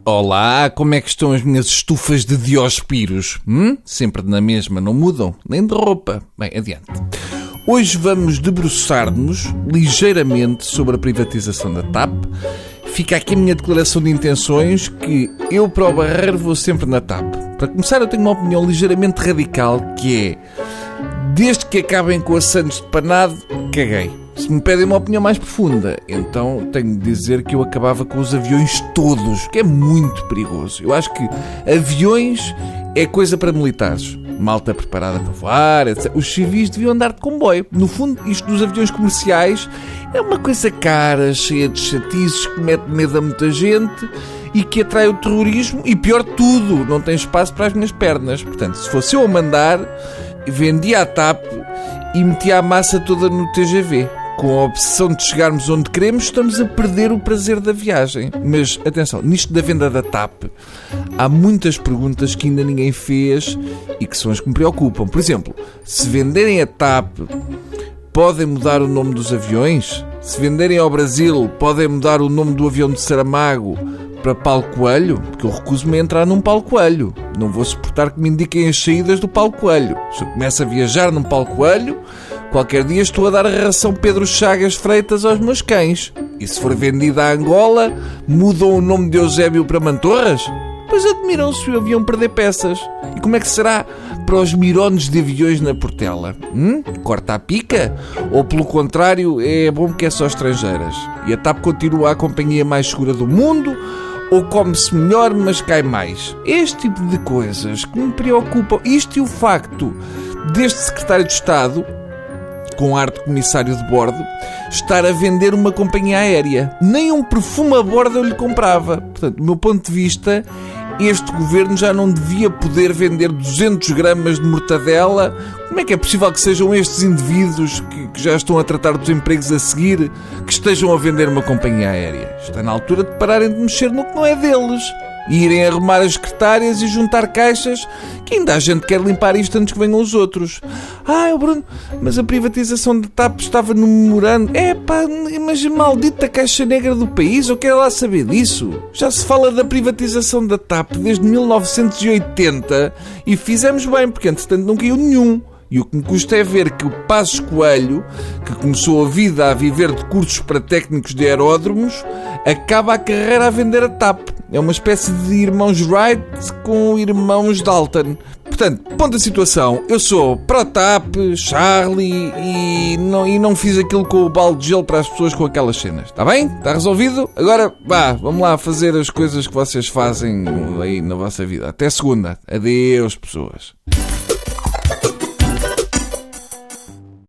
Olá, como é que estão as minhas estufas de Diospiros? Sempre na mesma, não mudam, nem de roupa. Bem, adiante. Hoje vamos debruçar-nos ligeiramente sobre a privatização da TAP. Fica aqui a minha declaração de intenções que eu para o Barreiro vou sempre na TAP. Para começar, eu tenho uma opinião ligeiramente radical, que é: desde que acabem com a Santos de Panado, caguei. Se me pedem uma opinião mais profunda, então tenho de dizer que eu acabava com os aviões todos, que é muito perigoso. Eu acho que aviões é coisa para militares. Malta preparada para voar, etc. Os civis deviam andar de comboio. No fundo, isto dos aviões comerciais é uma coisa cara, cheia de chatices, que mete medo a muita gente e que atrai o terrorismo e, pior de tudo, não tem espaço para as minhas pernas. Portanto, se fosse eu a mandar, vendia a TAP e metia a massa toda no TGV. Com a obsessão de chegarmos onde queremos, estamos a perder o prazer da viagem. Mas, atenção, nisto da venda da TAP, há muitas perguntas que ainda ninguém fez e que são as que me preocupam. Por exemplo, se venderem a TAP, podem mudar o nome dos aviões? Se venderem ao Brasil, podem mudar o nome do avião de Saramago para Paulo Coelho? Porque eu recuso-me a entrar num Paulo Coelho. Não vou suportar que me indiquem as saídas do Paulo Coelho. Se eu começo a viajar num Paulo Coelho, qualquer dia estou a dar a ração Pedro Chagas Freitas aos meus cães. E se for vendida a Angola, mudam o nome de Eusébio para Mantorras? Pois admiram-se o avião perder peças. E como é que será para os mirones de aviões na Portela? Corta a pica? Ou pelo contrário, é bom porque é só estrangeiras? E a TAP continua a companhia mais segura do mundo? Ou come-se melhor, mas cai mais? Este tipo de coisas que me preocupam. Isto e o facto deste secretário de Estado, com ar de comissário de bordo, estar a vender uma companhia aérea. Nem um perfume a bordo eu lhe comprava. Portanto, do meu ponto de vista, este governo já não devia poder vender 200 gramas de mortadela. Como é que é possível que sejam estes indivíduos que já estão a tratar dos empregos a seguir, que estejam a vender uma companhia aérea? Está na altura de pararem de mexer no que não é deles. E irem arrumar as secretárias e juntar caixas, que ainda há gente que quer limpar isto antes que venham os outros. Bruno, mas a privatização da TAP estava no memorando. Mas a maldita caixa negra do país, eu quero lá saber disso. Já se fala da privatização da TAP desde 1980 e fizemos bem, porque entretanto não caiu nenhum. E o que me custa é ver que o Passos Coelho, que começou a vida a viver de cursos para técnicos de aeródromos, acaba a carreira a vender a TAP. É uma espécie de irmãos Wright com irmãos Dalton. Portanto, ponto da situação, eu sou pró-TAP, Charlie e não fiz aquilo com o balde de gelo para as pessoas com aquelas cenas. Está bem? Está resolvido? Agora, vamos lá fazer as coisas que vocês fazem aí na vossa vida. Até segunda. Adeus, pessoas.